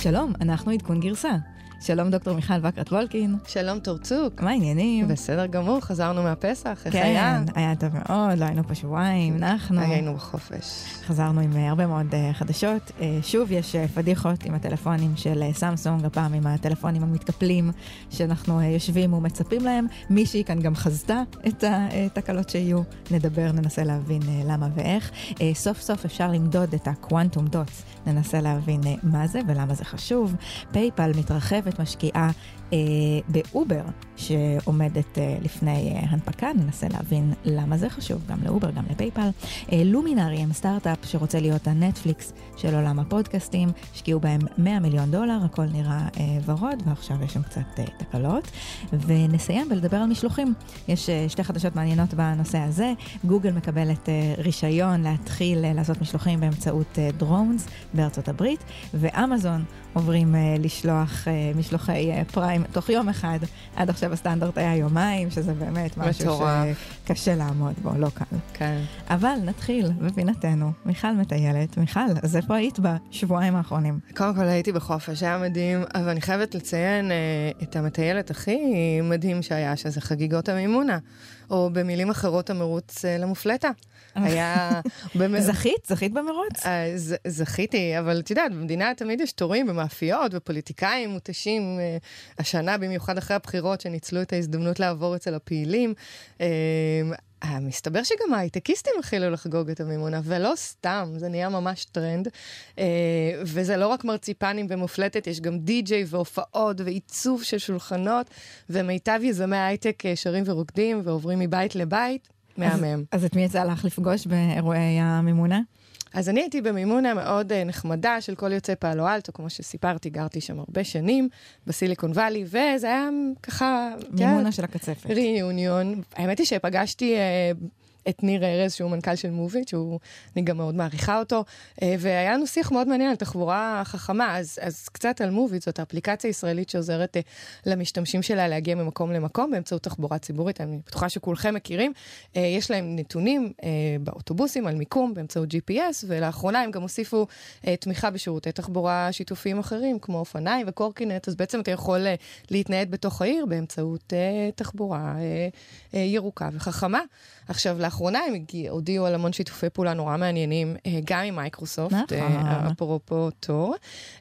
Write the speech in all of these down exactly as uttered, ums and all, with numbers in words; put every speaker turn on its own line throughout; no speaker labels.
שלום, אנחנו עדכון גרסה. שלום דוקטור מיכל וקרת וולקין.
שלום תורצוק.
מה העניינים?
בסדר גמור, חזרנו מהפסח, איך
כן,
היה?
כן, היה טוב מאוד, לא היינו פה שבועיים, אנחנו...
היינו בחופש.
חזרנו עם הרבה מאוד חדשות. שוב יש פדיחות עם הטלפונים של סמסונג, הפעם עם הטלפונים המתקפלים, שאנחנו יושבים ומצפים להם. מישהי כאן גם חזתה את התקלות שיהיו. נדבר, ננסה להבין למה ואיך. סוף סוף אפשר למדוד את הקוונטום דוטס. ננסה להבין מה זה ולמה זה חשוב. פייפל מתרחבת, משקיעה אה, באובר שעומדת אה, לפני אה, הנפקה. ננסה להבין למה זה חשוב, גם לאובר, גם לפייפל. אה, לומינרי הם סטארט-אפ שרוצה להיות הנטפליקס של עולם הפודקאסטים. השקיעו בהם מאה מיליון דולר, הכל נראה אה, ורוד, ועכשיו יש שם קצת אה, תקלות. ונסיים בלדבר על משלוחים. יש אה, שתי חדשות מעניינות בנושא הזה. גוגל מקבלת אה, רישיון להתחיל אה, לעשות משלוחים באמצעות אה, דרונס בארצות הברית, ואמזון עוברים uh, לשלוח uh, משלוחי uh, פריים תוך יום אחד. עד עכשיו הסטנדרט היה יומיים, שזה באמת משהו שקשה לעמוד בו, לא קל.
כן.
אבל נתחיל בפינתנו. מיכל מטיילת. מיכל, אז איפה היית בשבועיים האחרונים?
קודם כל הייתי בחופש, היה מדהים, אבל אני חייבת לציין uh, את המטיילת הכי מדהים שהיה, שזה חגיגות המימונה, או במילים אחרות המרוץ uh, למופלטה. היה...
זכית? זכית במרוץ?
זכיתי, אבל את יודעת, במדינה תמיד יש תורים ומאפיות ופוליטיקאים מותשים, השנה במיוחד אחרי הבחירות שניצלו את ההזדמנות לעבור אצל הפעילים. מסתבר שגם ההייטקיסטים החלו לחגוג את המימונה, ולא סתם, זה נהיה ממש טרנד, וזה לא רק מרציפנים ומופלטת, יש גם די-ג'יי והופעות ועיצוב של שולחנות, ומיטב יזמי ההייטק שרים ורוקדים ועוברים מבית לבית. מהמם.
אז את מי יצא לך לפגוש באירועי המימונה?
אז אני הייתי במימונה מאוד נחמדה של כל יוצאי פאלו אלטו, כמו שסיפרתי, גרתי שם הרבה שנים, בסיליקון ואלי, וזה היה ככה...
מימונה של הקצפת.
ריאיוניון. האמת היא שפגשתי... את ניר ארז, שהוא מנכ"ל של מוביט, שאני גם מאוד מעריכה אותו, והיה לנו שיח מאוד מעניין על תחבורה חכמה, אז, אז קצת על מוביט, זאת האפליקציה ישראלית שעוזרת למשתמשים שלה להגיע ממקום למקום, באמצעות תחבורה ציבורית, אני בטוחה שכולכם מכירים, יש להם נתונים באוטובוסים על מיקום, באמצעות ג'י פי אס, ולאחרונה הם גם הוסיפו תמיכה בשירותי תחבורה שיתופיים אחרים, כמו אופניים וקורקינט, אז בעצם אתה יכול להתנייד בתוך העיר, באמצעות תחבורה ירוקה וחכמה. עכשיו, לאחרונה הם הודיעו על המון שיתופי פעולה נורא מעניינים, גם עם מייקרוסופט, אפרופו תור,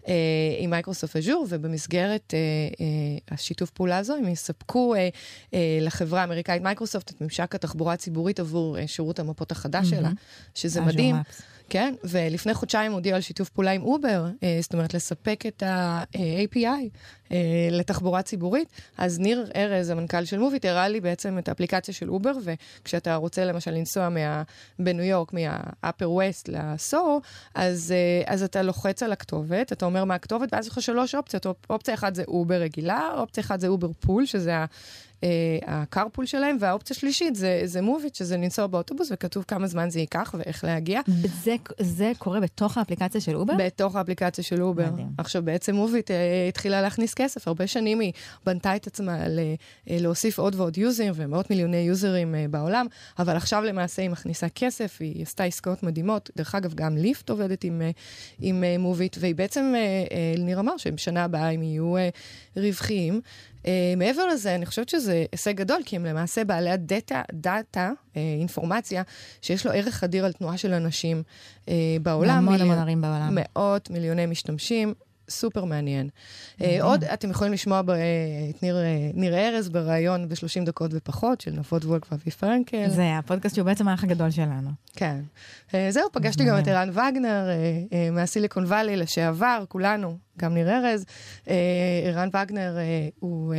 עם מייקרוסופט אז'ור, ובמסגרת השיתוף פעולה הזו, הם יספקו לחברה האמריקאית מייקרוסופט את ממשק התחבורה הציבורית עבור שירות המפות החדש שלה, שזה מדהים. כן, ולפני חודשיים הודיעו על שיתוף פעולה עם אובר, זאת אומרת, לספק את ה-איי פי איי לתחבורה ציבורית. אז ניר ארז, המנכ"ל של מוביט, הראה לי בעצם את האפליקציה של אובר, וכשאתה רוצה למשל לנסוע בניו יורק, מה-upper west לסור, אז, אז אתה לוחץ על הכתובת, אתה אומר מה הכתובת, ואז יש לך שלוש אופציות. אופציה אחת זה אובר רגילה, אופציה אחת זה אובר פול, שזה ה... הקרפול שלהם, והאופציה שלישית זה, זה מוביט, שזה לנסוע באוטובוס, וכתוב כמה זמן זה ייקח ואיך להגיע.
זה, זה קורה בתוך האפליקציה של אובר?
בתוך האפליקציה של אובר. מדהים. עכשיו, בעצם מוביט התחילה להכניס כסף. הרבה שנים היא בנתה את עצמה להוסיף עוד ועוד יוזרים, ומאות מיליוני יוזרים בעולם, אבל עכשיו למעשה היא מכניסה כסף, היא עשתה עסקאות מדהימות. דרך אגב, גם ליפט עובדת עם, עם מוביט, והיא בעצם, ניר אמר שבשנה הבאה הם יהיו רווחיים. Uh, מעבר לזה, אני חושבת שזה הישג גדול, כי הם למעשה בעלי הדאטה, דאטה, uh, אינפורמציה, שיש לו ערך אדיר על תנועה של אנשים uh, בעולם.
המון המון ערים בעולם.
מאות מיליוני משתמשים, סופר מעניין. Uh, עוד, אתם יכולים לשמוע ב, uh, את ניר, uh, ניר ארז ברעיון ב-שלושים דקות ופחות, של נפות וולק ואבי פרנקל.
זה הפודקאסט שהוא בעצם האח הגדול שלנו.
כן. Uh, זהו, פגשתי גם את ערן וגנר, uh, uh, מהסיליקון ואלי לשעבר, כולנו. גם ניר ארז, ערן וגנר הוא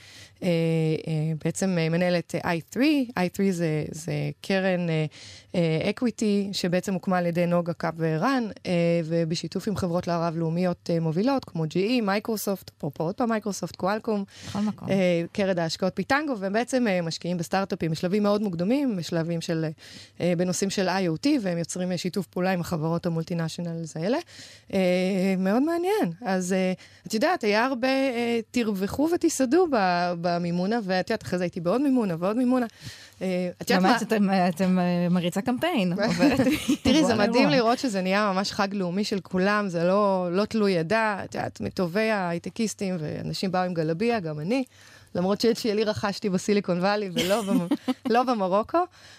בעצם מנהל את איי תרי, איי תרי זה, זה קרן אקוויטי שבעצם הוקמה על ידי נוגה קאפ וערן, ובשיתוף עם חברות לערב לאומיות מובילות, כמו ג'י אי, מייקרוסופט, פרופו עוד פעם מייקרוסופט, קואלקום, קרן ההשקעות פיטנגו, והם בעצם משקיעים בסטארט-אפים בשלבים מאוד מוקדמים, בשלבים של, בנושאים של איי או טי, והם יוצרים שיתוף פעולה עם החברות המולטינשיונלס האלה. מאוד מעניין. אז את יודעת, היה הרבה, תרווחו ותסעדו במימונה, ואת יודעת, אחרי זה הייתי בעוד מימונה ועוד מימונה.
ממש אתם מריצה קמפיין.
תראי, זה מדהים לראות שזה נהיה ממש חג לאומי של כולם, זה לא תלוי ידע, את יודעת, מטובי ההייטקיסטים, ואנשים באו עם גלביה, גם אני, למרות שאת שלי רכשתי בסיליקון ואלי ולא במרוקו.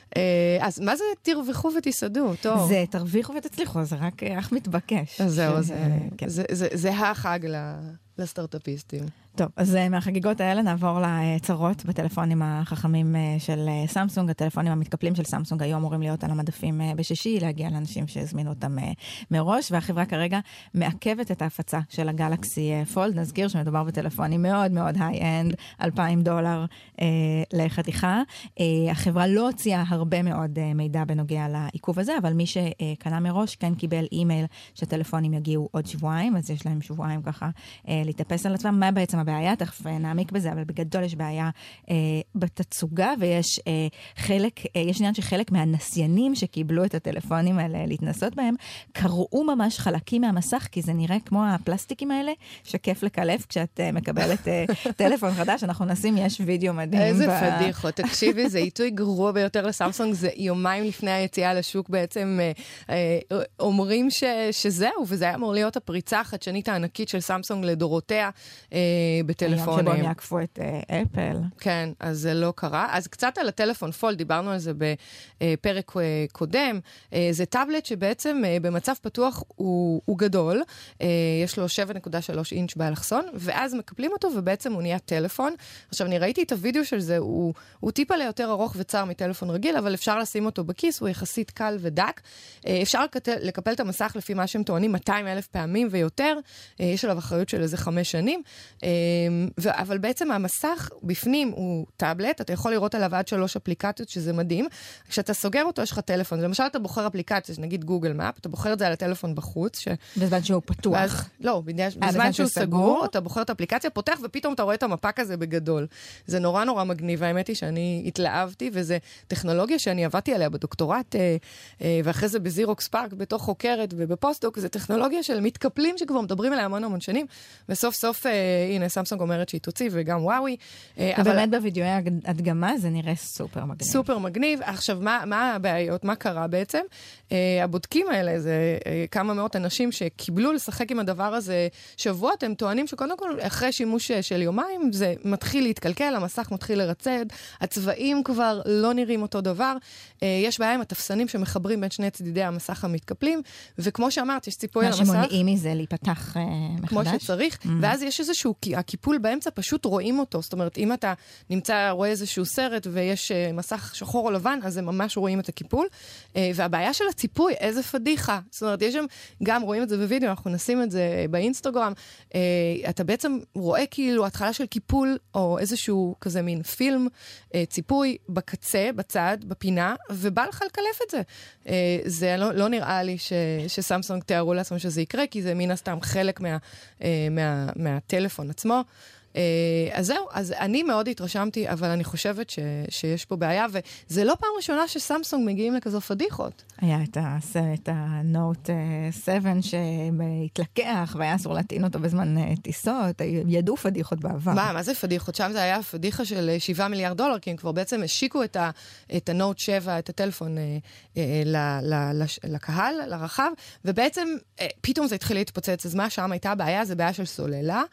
אז מה זה תרווחו ותסעדו?
זה תרוויחו ותצליחו, זה רק אך מתבקש.
זהו, זה החג לסטארט-אפיסטים.
טוב, אז מהחגיגות האלה נעבור לצרות בטלפונים החכמים של סמסונג. הטלפונים המתקפלים של סמסונג היום אמורים להיות על המדפים בשישי, להגיע לאנשים שהזמינו אותם מראש, והחברה כרגע מעכבת את ההפצה של הגלקסי פולד. נזכיר שמדובר בטלפונים מאוד מאוד היי-אנד, אלפיים דולר אה, לחתיכה. אה, החברה לא הוציאה הרבה מאוד אה, מידע בנוגע לעיכוב הזה, אבל מי שקנה מראש כן קיבל אימייל שהטלפונים יגיעו עוד שבועיים, אז יש להם שבועיים ככה אה, להתאפס על עצמם. מה בעצם הבעיה? תכף נעמיק בזה, אבל בגדול יש בעיה אה, בתצוגה, ויש אה, חלק, אה, יש עניין שחלק מהנסיינים שקיבלו את הטלפונים האלה להתנסות בהם, קראו ממש חלקים מהמסך, כי זה נראה כמו הפלסטיקים האלה, שכיף לקלף כשאת אה, מקבלת אה, טלפון חדש. אנחנו נשים, יש וידאו מדהים.
איזה ב... פדיחות, תקשיבי, זה עיתוי גרוע ביותר לסמסונג, זה יומיים לפני היציאה לשוק בעצם אה, אה, אומרים ש, שזהו, וזה היה אמור להיות הפריצה החדשנית הענקית של סמסונג לדורותיה, אה, בטלפונים.
היום שבו יעקפו את אפל.
כן, אז זה לא קרה. אז קצת על הטלפון פולד, דיברנו על זה בפרק קודם. זה טאבלט שבעצם במצב פתוח הוא, הוא גדול, יש לו שבע נקודה שלוש אינץ' באלכסון, ואז מקפלים אותו ובעצם הוא נהיה טלפון. עכשיו, אני ראיתי את הוידאו של זה, הוא, הוא טיפה ליותר ארוך וצר מטלפון רגיל, אבל אפשר לשים אותו בכיס, הוא יחסית קל ודק. אפשר לקפל את המסך לפי מה שהם טוענים, מאתיים אלף פעמים ויותר. יש עליו אחריות של איזה חמש שנים. ו- אבל בעצם המסך בפנים הוא טאבלט, אתה יכול לראות עליו עד שלוש אפליקציות, שזה מדהים. כשאתה סוגר אותו, יש לך טלפון. למשל, אתה בוחר אפליקציה, נגיד גוגל מאפ, אתה בוחר את זה על הטלפון בחוץ. ש...
בזמן שהוא פתוח.
ואז, לא, בזמן שהוא סגור, אתה בוחר את האפליקציה, פותח, ופתאום אתה רואה את המפה כזה בגדול. זה נורא נורא מגניב. האמת היא שאני התלהבתי, וזה טכנולוגיה שאני עבדתי עליה בדוקטורט, ואחרי זה בזירוקס פארק, בתוך חוקרת ובפוסט-דוק, זה טכנולוגיה של מתקפלים שכבר מדברים עליה המון המון שנים, וסוף סוף, הנה, סמסונג אומרת שהיא תוציא, וגם וואוי.
ובאמת בווידאוי הדגמה זה נראה סופר מגניב.
סופר מגניב. עכשיו, מה, מה הבעיות? מה קרה בעצם? הבודקים האלה, זה כמה מאות אנשים שקיבלו לשחק עם הדבר הזה שבועות, הם טוענים שקודם כל, אחרי שימוש של יומיים, זה מתחיל להתקלקל, המסך מתחיל לרצד, הצבעים כבר לא נראים אותו דבר. יש בעיה עם התפסנים שמחברים בין שני צדידי המסך המתקפלים, וכמו שאמרת, יש ציפוי על המסך.
מה שמונעים מזה להיפתח מחדש.
כמו שצריך, ואז יש איזשהו, הקיפול באמצע פשוט רואים אותו. זאת אומרת, אם אתה נמצא, רואה איזשהו סרט ויש מסך שחור או לבן, אז הם ממש רואים את הקיפול. והבעיה של הציפוי, איזה פדיחה. זאת אומרת, יש שם, גם רואים את זה בווידאו, אנחנו נשים את זה באינסטגרם, אתה בעצם רואה כאילו התחלה של קיפול, או איזשהו כזה מין פילם, ציפוי בקצה, בצד, בפינה, ובא לך לקלף את זה. זה לא, לא נראה לי ש, שסמסונג תיארו לעצמם שזה יקרה, כי זה מן הסתם חלק מה, מה, מהטלפון עצמו. אז זהו, אז אני מאוד התרשמתי, אבל אני חושבת ש, שיש פה בעיה, וזה לא פעם ראשונה שסמסונג מגיעים לכזו פדיחות.
היה את הסרט, הנוט שבע, שהתלקח, והיה אסור להטעין אותו בזמן טיסות, ידעו פדיחות בעבר.
מה, מה זה פדיחות? שם זה היה פדיחה של שבעה מיליארד דולר, כי הם כבר בעצם השיקו את, ה, את הנוט שבע, את הטלפון ל, ל, לקהל, לרחב, ובעצם פתאום זה התחיל להתפוצץ, אז מה שם הייתה הבעיה? זה בעיה של סוללה,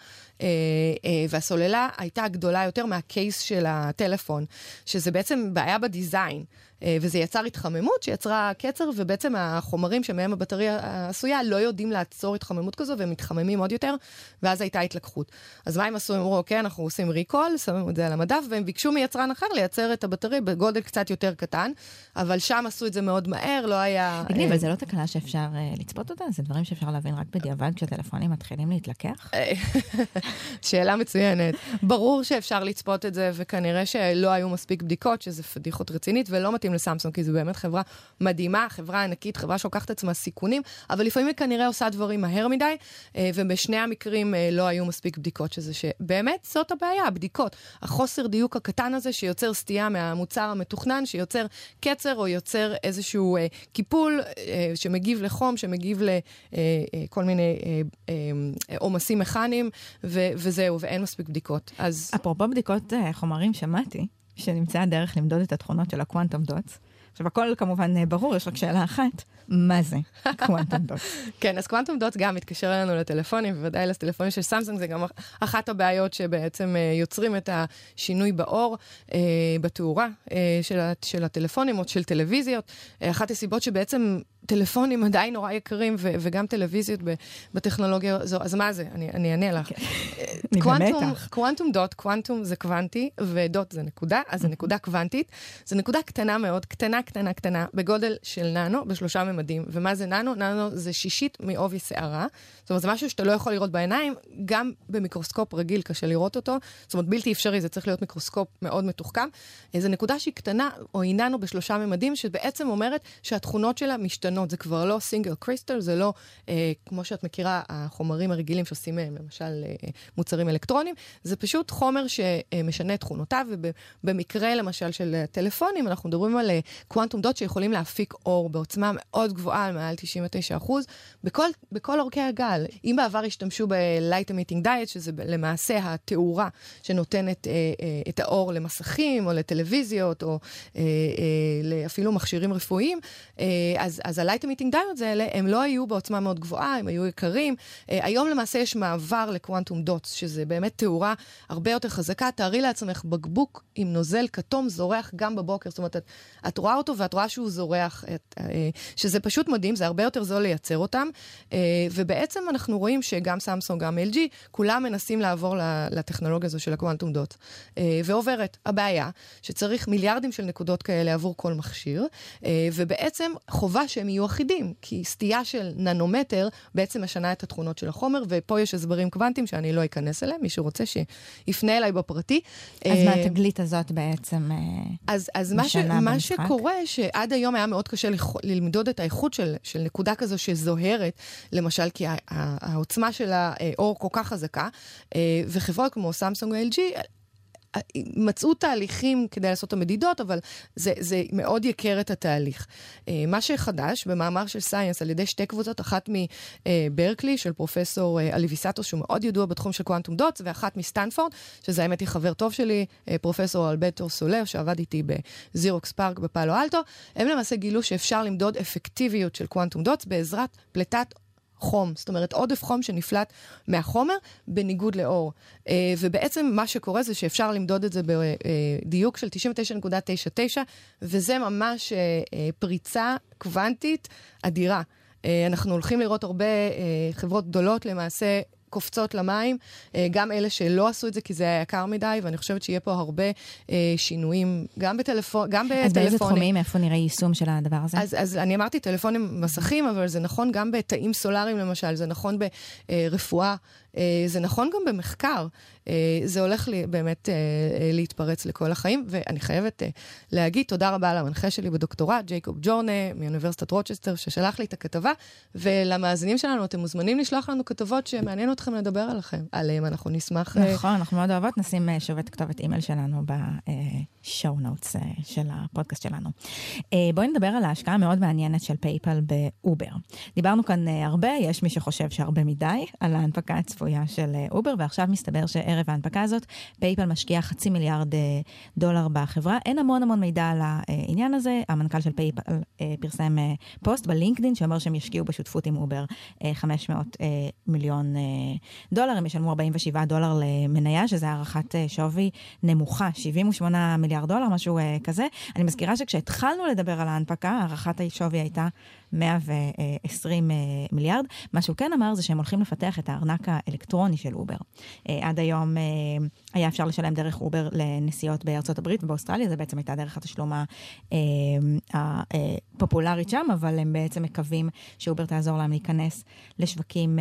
והסוללה הייתה גדולה יותר מהקייס של הטלפון, שזה בעצם בעיה בדיזיין, וזה יצר התחממות שיצרה קצר, ובעצם החומרים שמהם הבטריה העשויה לא יודעים לעצור התחממות כזו, והם מתחממים עוד יותר, ואז הייתה התלקחות. אז מה הם עשו? הם אמרו, אוקיי, אנחנו עושים ריקול, שמים את זה על המדף, והם ביקשו מיצרן אחר לייצר את הבטריה בגודל קצת יותר קטן, אבל שם עשו את זה מאוד מהר, לא היה...
תגידי, אבל זה לא תקלה שאפשר לצפות אותה? זה דברים שאפשר להבין רק בדיעבד כשהטלפונים מתחילים להתלקח?
שאלה מצוינת. מצוינת. ברור שאפשר לצפות את זה, וכנראה שלא היו מספיק בדיקות, שזה פדיחות רצינית, ולא מתאים לסמסונג, כי זו באמת חברה מדהימה, חברה ענקית, חברה שלוקחת עצמה סיכונים, אבל לפעמים היא כנראה עושה דברים מהר מדי, ובשני המקרים לא היו מספיק בדיקות, שזה שבאמת זאת הבעיה, הבדיקות. החוסר דיוק הקטן הזה שיוצר סטייה מהמוצר המתוכנן, שיוצר קצר או יוצר איזשהו אה, קיפול אה, שמגיב לחום, שמגיב לכל מיני אה, אה, עומסים מכניים, ו- וזהו, ואין מספיק בדיקות. אז...
אפרופו בדיקות אה, חומרים, שמעתי שנמצאה דרך למדוד את התכונות של הקוונטום דוטס. עכשיו, הכל כמובן ברור, יש רק שאלה אחת, מה זה קוונטום דוטס?
כן, אז קוונטום דוטס גם מתקשר אלינו לטלפונים, ובוודאי לטלפונים של סמסונג, זה גם אחת הבעיות שבעצם יוצרים את השינוי באור, בתאורה של הטלפונים או של טלוויזיות. אחת הסיבות שבעצם טלפונים עדיין נורא יקרים, ו- וגם טלוויזיות בטכנולוגיה זו. אז מה זה? אני, אני אענה לך. קוונטום, קוונטום דוט, קוונטום זה קוונטי, ודוט זה נקודה, אז זה נקודה קוונטית. זו נקודה קטנה מאוד, קטנה, קטנה, קטנה, בגודל של ננו, בשלושה ממדים. ומה זה ננו? ננו זה שישית מעובי שערה. זאת אומרת, זה משהו שאתה לא יכול לראות בעיניים, גם במיקרוסקופ רגיל קשה לראות אותו. זאת אומרת, בלתי אפשרי, זה צריך להיות מיקרוסקופ מאוד מתוחכם. זו נקודה שהיא קטנה, או היא ננו בשלושה ממדים, שבעצם אומרת שהתכונות שלה משתנות. זה כבר לא סינגל קריסטל, זה לא, אה, כמו שאת מכירה, החומרים הרגילים שעושים מהם, למשל, אה, מוצרים אלקטרונים, זה פשוט חומר שמשנה את תכונותיו, ובמקרה, למשל, של טלפונים, אנחנו מדברים על קוונטום דוט שיכולים להפיק אור בעוצמה מאוד גבוהה, מעל תשעים ותשעה אחוז, בכל, בכל אורכי הגל. אם בעבר השתמשו ב-Light Emitting Diode, שזה למעשה התאורה שנותנת אה, אה, את האור למסכים, או לטלוויזיות, או אה, אה, אפילו מכשירים רפואיים, אה, אז, אז ה-Light Emitting Diodes האלה, הם לא היו בעוצמה מאוד גבוהה, הם היו יקרים. אה, היום למעשה יש מעבר לקוונטום דוטס, שזה באמת תאורה הרבה יותר חזקה. תארי לעצמך בקבוק עם נוזל כתום זורח גם בבוקר. זאת אומרת, את, את רואה אותו ואת רואה שהוא זורח, את, אה, שזה פשוט מדהים, זה הרבה יותר זול לייצר אותם. אה, ובעצם אנחנו רואים שגם סמסונג, גם אל ג'י, כולם מנסים לעבור לטכנולוגיה הזו של הקוונטום דוט. אה, ועוברת. הבעיה, שצריך מיליארדים של נקודות כאלה עבור כל מכשיר, אה, ובעצם חובה שהם יהיו אחידים, כי סטייה של ננומטר בעצם משנה את התכונות של החומר, ופה יש הסברים קוונטיים שאני לא אכנס אליהם, מי שרוצה שיפנה אליי בפרטי.
אז מה התגלית הזאת בעצם
אז, אז מה, ש, מה שקורה, שעד היום היה מאוד קשה ללמדוד את האיכות של, של נקודה כזו שזוהרת, למשל, כי העוצמה של האור כל כך חזקה, וחברות כמו סמסונג ו-אל ג'י, מצאו תהליכים כדי לעשות את המדידות, אבל זה, זה מאוד יקר את התהליך. מה שחדש, במאמר של סייאנס, על ידי שתי קבוצות, אחת מברקלי, של פרופסור אליביסטוס, שהוא מאוד ידוע בתחום של קוונטום דוטס, ואחת מסטנפורד, שזה האמת היא חבר טוב שלי, פרופסור אלברטו סולר, שעבד איתי בזירוקס פארק בפאלו אלטו, הם למעשה גילו שאפשר למדוד אפקטיביות של קוונטום דוטס בעזרת פלטת חום, זאת אומרת עודף חום שנפלט מהחומר בניגוד לאור. ובעצם מה שקורה זה שאפשר למדוד את זה בדיוק של תשעים ותשע נקודה תשעים ותשע, וזה ממש פריצה קוונטית אדירה. אנחנו הולכים לראות הרבה חברות גדולות למעשה קופצות למים, גם אלה שלא עשו את זה כי זה היה יקר מדי, ואני חושבת שיהיה פה הרבה שינויים, גם בטלפון, גם בטלפונים.
אז באיזה תחומים, איפה נראה יישום של הדבר הזה?
אז, אז אני אמרתי טלפונים מסכים, אבל זה נכון גם בתאים סולאריים למשל, זה נכון ברפואה, זה נכון גם במחקר. זה הולך לי באמת להתפרץ לכל החיים, ואני חייבת להגיד תודה רבה למנחה שלי בדוקטורט, ג'ייקוב ג'ורנה, מאוניברסיטת רוצ'סטר, ששלח לי את הכתבה, ולמאזינים שלנו, אתם מוזמנים לשלוח לנו כתבות שמעניין אתכם לדבר עליכם, עליהם אנחנו נשמח.
נכון, אנחנו מאוד אוהבות, נשים שוב את כתובת אימייל שלנו בשואו נוטס של הפודקאסט שלנו. בואי נדבר על ההשקעה המאוד מעניינת של פייפל באובר. דיברנו כאן הרבה, יש מי שחושב שהרבה מדי על ההנפקה הצפויה של אובר, ועכשיו מסתבר שערב ההנפקה הזאת, פייפל משקיע חצי מיליארד דולר בחברה. אין המון המון מידע על העניין הזה. המנכ"ל של פייפל פרסם פוסט בלינקדין שאומר שהם ישקיעו בשותפות עם אובר חמש מאות מיליון דולר. הם ישלמו ארבעים ושבעה דולר למניה, שזה הערכת שווי נמוכה, שבעים ושמונה מיליארד דולר, משהו כזה. אני מזכירה שכשהתחלנו לדבר על ההנפקה, הערכת השווי הייתה מאה ועשרים מיליארד. מה שהוא כן אמר זה שהם הולכים לפתח את הארנק האלקטרוני של אובר. עד היום היה אפשר לשלם דרך אובר לנסיעות בארצות הברית ובאוסטרליה, זה בעצם הייתה דרך התשלום הפופולרית שם, אבל הם בעצם מקווים שאובר תעזור להם להיכנס לשווקים,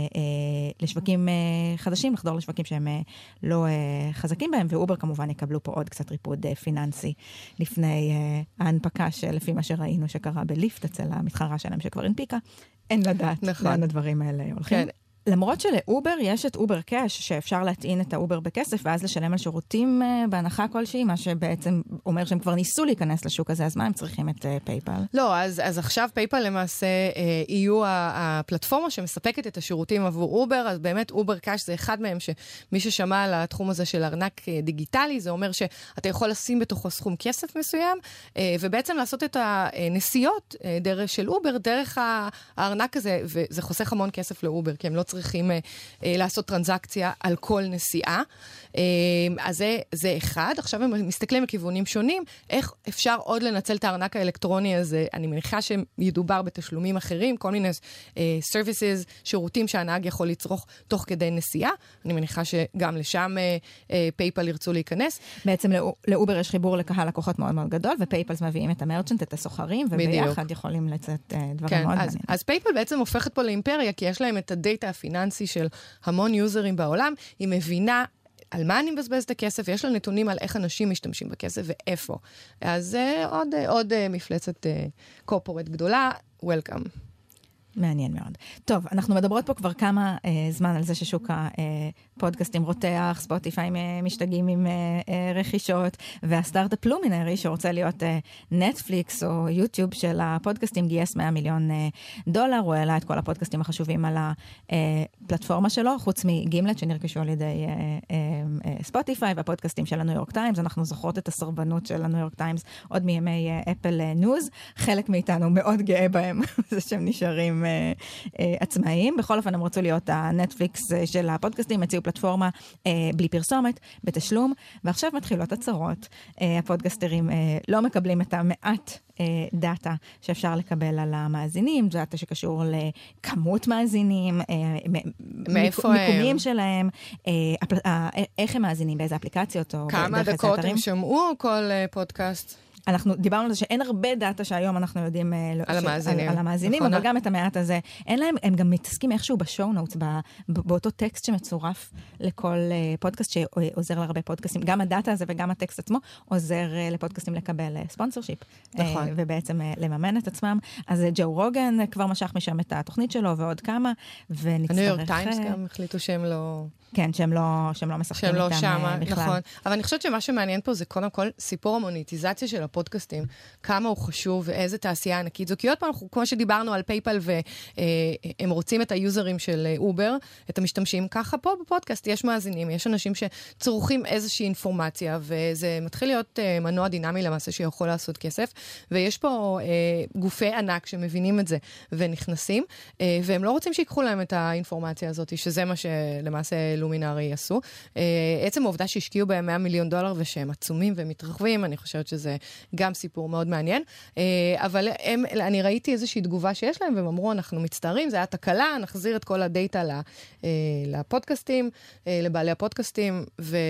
לשווקים חדשים, לחדור לשווקים שהם לא חזקים בהם, ואובר כמובן יקבלו פה עוד קצת ריפוד פיננסי לפני ההנפקה שלפי מה שראינו שקרה בליפט אצל המתחרה שלהם שכבר הנפיקה, אין לדעת נכון. לאן הדברים האלה הולכים. כן. למרות שלאובר יש את אובר קאש, שאפשר להטעין את האובר בכסף, ואז לשלם על שירותים uh, בהנחה כלשהי, מה שבעצם אומר שהם כבר ניסו להיכנס לשוק הזה, אז מה הם צריכים את uh, פייפל?
לא, אז, אז עכשיו פייפל למעשה uh, יהיו הפלטפורמה שמספקת את השירותים עבור אובר, אז באמת אובר קאש זה אחד מהם, שמי ששמע על התחום הזה של ארנק uh, דיגיטלי, זה אומר שאתה יכול לשים בתוכו סכום כסף מסוים, uh, ובעצם לעשות את הנסיעות uh, דרך של אובר, דרך הארנק הזה, וזה חוסך המון כסף לאובר, כי הם לא צריכים אה, אה, לעשות טרנזקציה על כל נסיעה. אה, אז זה, זה אחד. עכשיו הם מסתכלים לכיוונים שונים, איך אפשר עוד לנצל את הארנק האלקטרוני הזה. אני מניחה שידובר בתשלומים אחרים, כל מיני אה, services, שירותים שהנהג יכול לצרוך תוך כדי נסיעה. אני מניחה שגם לשם אה, אה, פייפל ירצו להיכנס.
בעצם לא, לאובר יש חיבור לקהל לקוחות מאוד מאוד גדול, ופייפל מביאים את המרצ'נט, את הסוחרים, וביחד יכולים לצאת אה, דברים
כן,
מאוד
אז,
מעניינים.
אז פייפל בעצם הופכת פה לאימפריה, כי יש להם את הדאטה הפיננסי של המון יוזרים בעולם, היא מבינה על מה אני מבזבז את הכסף, ויש לה נתונים על איך אנשים משתמשים בכסף ואיפה. אז uh, עוד, uh, עוד uh, מפלצת קורפורט uh, גדולה, וולקאם.
מעניין מאוד. טוב, אנחנו מדברות פה כבר כמה אה, זמן על זה ששוק הפודקאסטים רותח, ספוטיפיי משתגעים עם אה, אה, רכישות, והסטארט-אפ לומינרי שרוצה להיות אה, נטפליקס או יוטיוב של הפודקאסטים גייס מאה מיליון אה, דולר, הוא העלה את כל הפודקאסטים החשובים על הפלטפורמה שלו, חוץ מגימלט שנרכשו על ידי אה, אה, אה, ספוטיפיי, והפודקאסטים של הניו יורק טיימס, אנחנו זוכרות את הסרבנות של הניו יורק טיימס עוד מימי אה, אפל אה, ניוז, חלק מאיתנו מאוד גאה בהם, זה שהם נשארים עצמאיים. בכל אופן, הם רצו להיות הנטפליקס של הפודקאסטים, הציעו פלטפורמה בלי פרסומת, בתשלום, ועכשיו מתחילות הצרות. הפודקאסטרים לא מקבלים את המעט דאטה שאפשר לקבל על המאזינים, דאטה שקשור לכמות מאזינים, מיקומים שלהם, איך הם מאזינים, באיזה אפליקציות או
כמה דקות הם שמעו כל פודקאסט?
אנחנו דיברנו על זה שאין הרבה דאטה שהיום אנחנו יודעים
על המאזינים,
על המאזינים, אבל גם את המעט הזה. אין להם, הם גם מתעסקים איכשהו בשואו נוטס, באותו טקסט שמצורף לכל פודקאסט שעוזר להרבה פודקאסטים. גם הדאטה הזה וגם הטקסט עצמו עוזר לפודקאסטים לקבל ספונסרשיפ. נכון. ובעצם לממן את עצמם. אז ג'ו רוגן כבר משך משם את התוכנית שלו ועוד כמה, ונצטרך...
הניו יורק טיימס גם החליטו שהם לא...
כן, שהם לא, שהם לא משחקים
שהם לא
איתם
שמה,
בכלל.
נכון. אבל אני חושבת שמה שמעניין פה זה קודם כל סיפור המוניטיזציה של הפודקאסטים, כמה הוא חשוב ואיזה תעשייה ענקית זו. כי עוד פעם, כמו שדיברנו על פייפל והם רוצים את היוזרים של אובר, את המשתמשים, ככה פה בפודקאסט יש מאזינים, יש אנשים שצורכים איזושהי אינפורמציה, וזה מתחיל להיות מנוע דינמי למעשה שיכול לעשות כסף, ויש פה גופי ענק שמבינים את זה ונכנסים, והם לא רוצים שיקחו להם את האינפורמציה הזאת, שזה מה שלמעשה לומינרי עשו. עצם העובדה שהשקיעו בהם מאה מיליון דולר ושהם עצומים ומתרחבים, אני חושבת שזה גם סיפור מאוד מעניין. אבל הם, אני ראיתי איזושהי תגובה שיש להם, והם אמרו, אנחנו מצטערים, זה היה תקלה, נחזיר את כל הדאטה לפודקאסטים, לבעלי הפודקאסטים,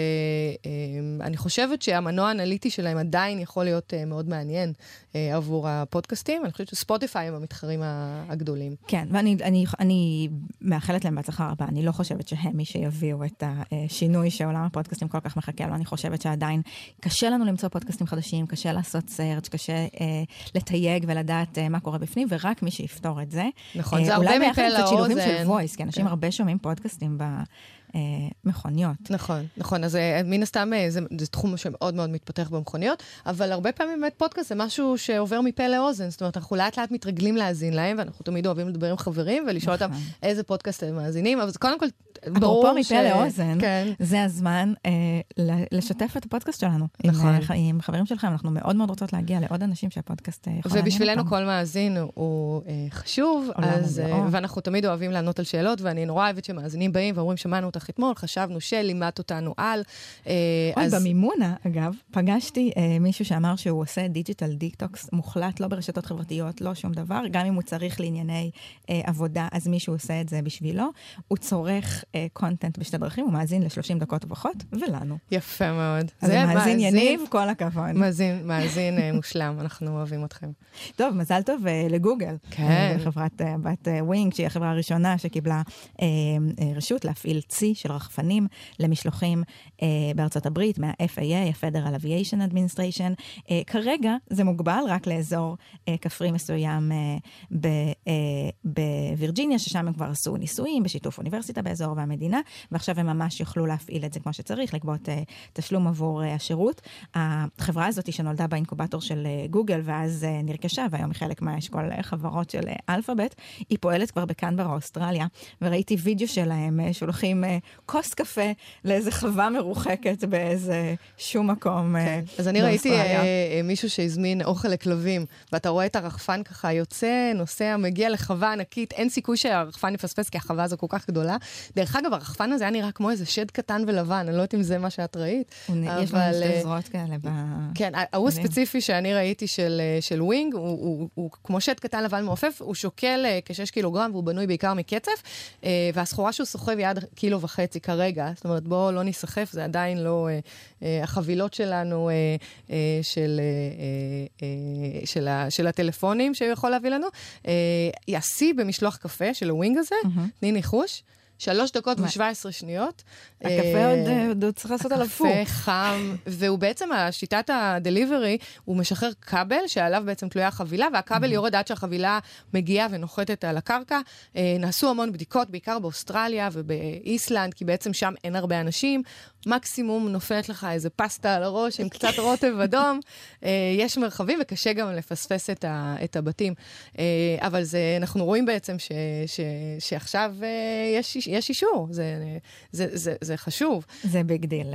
ואני חושבת שהמנוע האנליטי שלהם עדיין יכול להיות מאוד מעניין עבור הפודקאסטים. אני חושבת שספוטיפיי הם המתחרים הגדולים.
כן, ואני אני, אני מאחלת להם בהצלחה רבה. אני לא חושבת שהם מי שיביאו את השינוי שעולם הפודקאסטים כל כך מחכה לו. אני חושבת שעדיין קשה לנו למצוא פודקאסטים חדשים, קשה לעשות סרצ', קשה אה, לתייג ולדעת אה, מה קורה בפנים, ורק מי שיפתור את זה.
נכון,
אה,
זה הרבה מפה לאוזן.
אולי קצת שילובים של וויס, כי אנשים כן. הרבה שומעים פודקאסטים ב... מכוניות.
נכון, נכון. אז מן הסתם זה, זה תחום שמאוד מאוד מתפתח במכוניות, אבל הרבה פעמים באמת פודקאסט זה משהו שעובר מפה לאוזן. זאת אומרת, אנחנו לאט לאט מתרגלים להאזין להם, ואנחנו תמיד אוהבים לדבר עם חברים ולשאול אותם איזה פודקאסט הם מאזינים, אבל זה קודם כל ברור ש...
אפרופו מפה לאוזן, זה הזמן לשתף את הפודקאסט שלנו. עם חברים שלכם, אנחנו מאוד מאוד רוצות להגיע לעוד אנשים שהפודקאסט יכול לעניין אותם.
ובשבילנו כל מאזין הוא חשוב, ואנחנו תמיד אוהבים לענות על שאלות, ואני נורא אוהבת שמאזינים באים ואומרים, שמענו אותך אתמול, חשבנו שלימדת אותנו על...
אוי, במימונה, אגב, פגשתי מישהו שאמר שהוא עושה דיג'יטל דיקטוקס מוחלט, לא ברשתות חברתיות, לא שום דבר, גם אם הוא צריך לענייני עבודה, אז מישהו עושה את זה בשבילו. הוא צורך קונטנט בשתי דרכים, הוא מאזין ל-שלושים דקות ופחות, ולנו.
יפה מאוד.
אז זה מאזין יניב, כל הכבוד.
מאזין, מאזין מושלם, אנחנו אוהבים אתכם.
טוב, מזל טוב לגוגל.
כן.
חברת בת ווינג, שהיא החברה הראשונה שקיבלה רשות להפעיל צי של רחפנים למשלוחים בארצות הברית, מה-אף איי איי, ה-Federal Aviation Administration. כרגע זה מוגבל רק לאזור כפרי מסוים בווירג'יניה, ששם הם כבר עשו ניסויים בשיתוף אוניברסיטה באזור והמדינה, ועכשיו הם ממש יוכלו להפעיל את זה כמו שצריך, לגבות תשלום עבור השירות. החברה הזאת שנולדה באינקובטור של גוגל, ואז נרכשה, והיום היא חלק מהאשכול חברות של אלפאבית, היא פועלת כבר בקנברה, אוסטרליה, וראיתי וידאו שלהם, שולחים כוס קפה לאיזה חווה מרוחקת באיזה שום מקום.
אז אני ראיתי מישהו שהזמין אוכל לכלבים, ואתה רואה את הרחפן ככה יוצא, נוסע, מגיע לחווה ענקית, אין סיכוי שהרחפן יפספס, כי החווה הזו כל כך גדולה. דרך אגב, הרחפן הזה היה נראה כמו איזה שד קטן ולבן, אני לא יודעת אם זה מה שאת ראית.
יש לנו שתי זרועות כאלה.
כן, הוא הספציפי שאני ראיתי של ווינג, הוא כמו שד קטן לבן מעופף, הוא שוקל כשש קילוגרם, והוא בנוי בעיקר מקצף, והסחורה שהוא סוחב היא עד קילו וחצי כרגע, זאת אומרת, בואו לא נסחף, זה עדיין לא החבילות שלנו של, של, של הטלפונים שיכול להביא לנו. יעשי במשלוח קפה של הווינג הזה, תני ניחוש, שלוש דקות ושבע עשרה שניות.
הקפה עוד צריך לעשות עליו פור.
הקפה חם, והוא בעצם, שיטת הדליברי, הוא משחרר כבל, שעליו בעצם תלויה החבילה, והכבל יורד עד שהחבילה מגיעה ונוחתת על הקרקע. נעשו המון בדיקות, בעיקר באוסטרליה ובאיסלנד, כי בעצם שם אין הרבה אנשים. מקסימום נופלת לך איזה פסטה על הראש עם קצת רוטב אדום. יש מרחבים וקשה גם לפספס את, ה, את הבתים. אבל זה, אנחנו רואים בעצם ש, ש, שעכשיו יש, יש אישור. זה, זה, זה, זה חשוב.
זה ביג דיל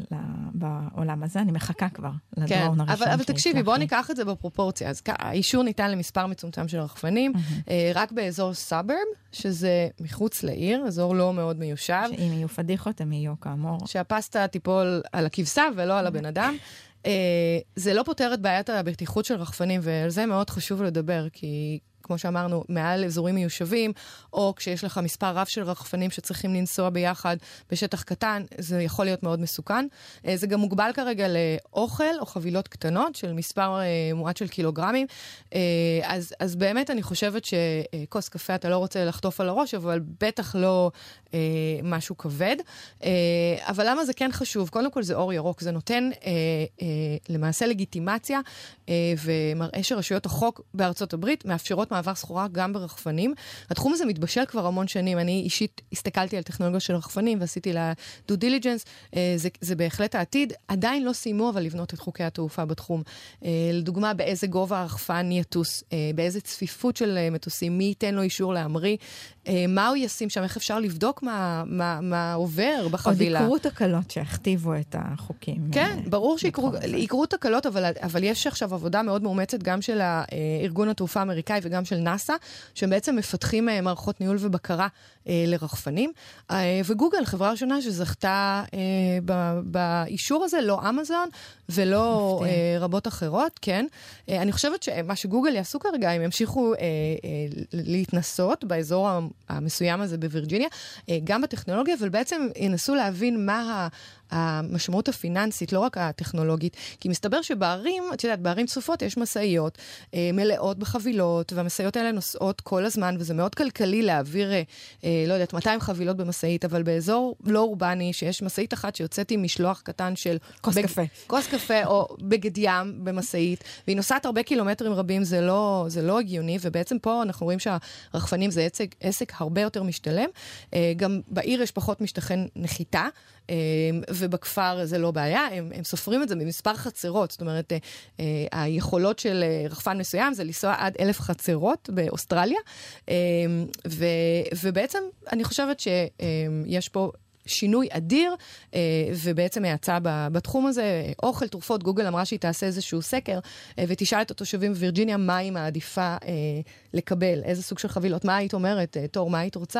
בעולם הזה. אני מחכה כבר לדרון
כן,
הראשון.
אבל, אבל תקשיבי, בואו ניקח את זה בפרופורציה. אז האישור ניתן למספר מצומצם של רחפנים, mm-hmm. רק באזור סאברב, שזה מחוץ לעיר, אזור לא מאוד מיושב.
שאם יהיו פדיחות, הם יהיו כאמור.
שהפסטה תיפול על הכבשה ולא על הבן אדם. זה לא פותר את בעיית הבטיחות של רחפנים, ועל זה מאוד חשוב לדבר, כי כמו שאמרנו, מעל אזורים מיושבים, או כשיש לך מספר רב של רחפנים שצריכים לנסוע ביחד בשטח קטן, זה יכול להיות מאוד מסוכן. זה גם מוגבל כרגע לאוכל או חבילות קטנות של מספר מועט של קילוגרמים. אז, אז באמת אני חושבת שכוס קפה אתה לא רוצה לחטוף על הראש, אבל בטח לא משהו כבד. אבל למה זה כן חשוב? קודם כל זה אור ירוק, זה נותן למעשה לגיטימציה, ומראה שרשויות החוק בארצות הברית מאפשרות מעבר סחורה גם ברחפנים. התחום הזה מתבשל כבר המון שנים. אני אישית הסתכלתי על טכנולוגיה של רחפנים ועשיתי לה דו דיליג'נס. זה, זה בהחלט העתיד. עדיין לא סיימו אבל לבנות את חוקי התעופה בתחום. לדוגמה, באיזה גובה הרחפן יטוס, באיזה צפיפות של מטוסים, מי ייתן לו אישור להמריא, מה הוא ישים שם, איך אפשר לבדוק מה, מה, מה עובר בחבילה.
עוד יקרו תקלות שהכתיבו את החוקים.
כן, ברור שיקרו תקלות, אבל, אבל יש עכשיו עבודה מאוד מאומצת גם של הארגון התעופה האמריקאי וגם של נאסא, שהם בעצם מפתחים מערכות ניהול ובקרה לרחפנים. וגוגל, חברה ראשונה שזכתה באישור הזה, לא אמזון ולא רבות אחרות, כן. אני חושבת שמה שגוגל יעשו כרגע, הם ימשיכו להתנסות באזור המסוים הזה בווירג'יניה, גם בטכנולוגיה, אבל בעצם ינסו להבין מה המשמעות הפיננסית, לא רק הטכנולוגית, כי מסתבר שבערים, את יודעת, בערים צפופות יש מסעיות מלאות בחבילות, והמסעיות האלה נוסעות כל הזמן, וזה מאוד כלכלי להעביר, לא יודעת, מאתיים חבילות במסעית, אבל באזור לא אורבני, שיש מסעית אחת שיוצאת עם משלוח קטן של
כוס בג... קפה.
כוס קפה או בגד ים במסעית, והיא נוסעת הרבה קילומטרים רבים, זה לא, זה לא הגיוני, ובעצם פה אנחנו רואים שהרחפנים זה עסק, עסק הרבה יותר משתלם. גם בעיר יש פחות משתכן נחיתה, ובכפר זה לא בעיה, הם, הם סופרים את זה במספר חצרות, זאת אומרת, היכולות של רחפן מסוים זה לנסוע עד אלף חצרות באוסטרליה, ו, ובעצם אני חושבת שיש פה שינוי אדיר, ובעצם ההצעה בתחום הזה, אוכל, תרופות, גוגל אמרה שהיא תעשה איזשהו סקר, ותשאל את התושבים בווירג'יניה, מה היא מעדיפה לקבל, איזה סוג של חבילות, מה היית אומרת, תור, מה היית רוצה?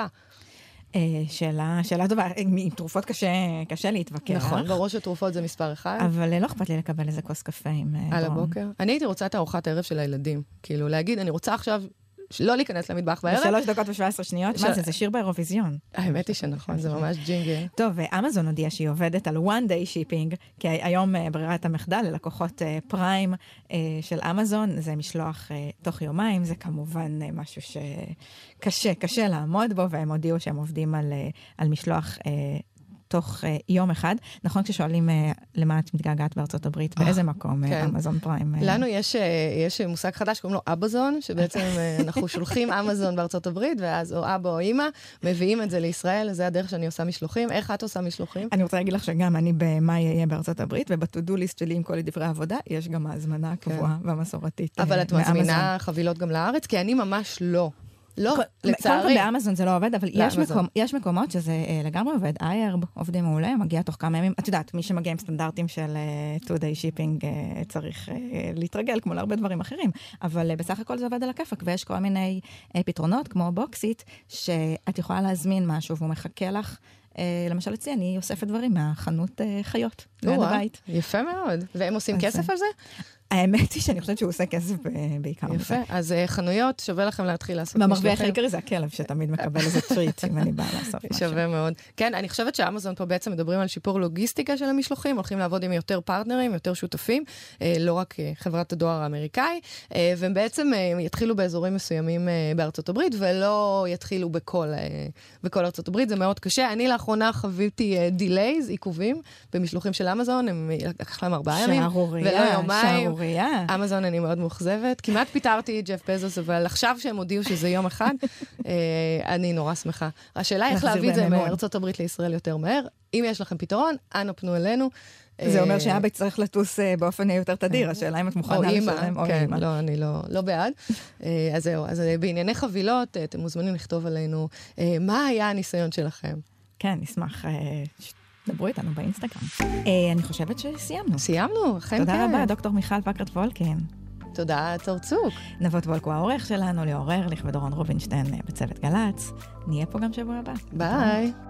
שאלה, שאלה טובה, עם תרופות קשה, קשה להתווכח.
נכון, בראש התרופות זה מספר אחד.
אבל לא אכפת לי לקבל איזה כוס קפה עם
על הבוקר. אני הייתי רוצה את ארוחת הערב של הילדים. כאילו, להגיד, אני רוצה עכשיו לא להיכנס למטבח בערב.
בשלוש דקות ושבע עשרה שניות? מה זה, זה שיר באירוויזיון.
האמת היא שנכון, זה ממש ג'ינגל.
טוב, ואמזון הודיע שהיא עובדת על one day shipping, כי היום ברירת המחדל ללקוחות פריים של אמזון, זה משלוח תוך יומיים, זה כמובן משהו שקשה, קשה לעמוד בו, והם הודיעו שהם עובדים על, על משלוח תוך uh, יום אחד. נכון, כששואלים uh, למה את מתגעגעת בארצות הברית, oh, באיזה מקום כן. אמזון פריים?
לנו יש, uh, יש מושג חדש, קוראים לו אבזון, שבעצם uh, אנחנו שולחים אמזון בארצות הברית, ואז או אבא או אמא, מביאים את זה לישראל, זה הדרך שאני עושה משלוחים. איך את עושה משלוחים?
אני רוצה להגיד לך שגם אני במאי אהיה בארצות הברית, ובטודו ליסט שלי עם כל דברי העבודה, יש גם ההזמנה הקבועה כן. והמסורתית.
אבל את מזמינה חבילות גם לארץ? כי אני ממש לא. לא, לצערי.
קודם כל באמזון זה לא עובד, אבל יש, מקום, יש מקומות שזה אה, לגמרי עובד. איירב עובדים מעולה, מגיע תוך כמה ימים. את יודעת, מי שמגיע עם סטנדרטים של uh, two day shipping uh, צריך uh, להתרגל, כמו להרבה דברים אחרים. אבל uh, בסך הכל זה עובד על הכיפק, ויש כל מיני uh, פתרונות, כמו בוקסיט, שאת יכולה להזמין משהו, והוא מחכה לך. Uh, למשל אצלי, אני אוספת דברים מהחנות uh, חיות, ליד הבית.
יפה מאוד. והם עושים כסף על זה?
האמת היא שאני חושבת שהוא עושה כסף בעיקר.
יפה, אז חנויות, שווה לכם להתחיל לעשות
משלוחים. במרוויח העיקרי זה הכלב שתמיד מקבל איזה טריט, אם אני באה לאסוף משהו.
שווה מאוד. כן, אני חושבת שאמזון פה בעצם מדברים על שיפור לוגיסטיקה של המשלוחים, הולכים לעבוד עם יותר פרטנרים, יותר שותפים, לא רק חברת הדואר האמריקאי, והם בעצם יתחילו באזורים מסוימים בארצות הברית, ולא יתחילו בכל, בכל ארצות הברית, זה מאוד קשה. אני לאחרונה חוויתי דילייז, עיכובים, במשלוחים של אמזון, הם לקח להם ארבעה ימים, ולא יומיים. אמזון אני מאוד מוכזבת. כמעט פיתרתי את ג'ף בזוס, אבל עכשיו שהם הודיעו שזה יום אחד, אני נורא שמחה. השאלה היא איך להביא את זה מארצות הברית לישראל יותר מהר. אם יש לכם פתרון, אנו פנו אלינו.
זה אומר שאבא צריך לטוס באופן יותר תדיר, השאלה אם את מוכנה לשלם, או אמא.
לא, אני לא בעד. אז זהו, אז בענייני חבילות, אתם מוזמנים לכתוב עלינו, מה היה הניסיון שלכם?
כן, נשמח דברו איתנו באינסטגרם. אני חושבת שסיימנו.
סיימנו, אכן כן.
תודה רבה, דוקטור מיכל פקרט וולקין.
תודה, צורצוק.
נבות וולקו העורך שלנו, ליאור ארליך ודורון רובינשטיין בצוות גלץ. נהיה פה גם שבוע הבא.
ביי.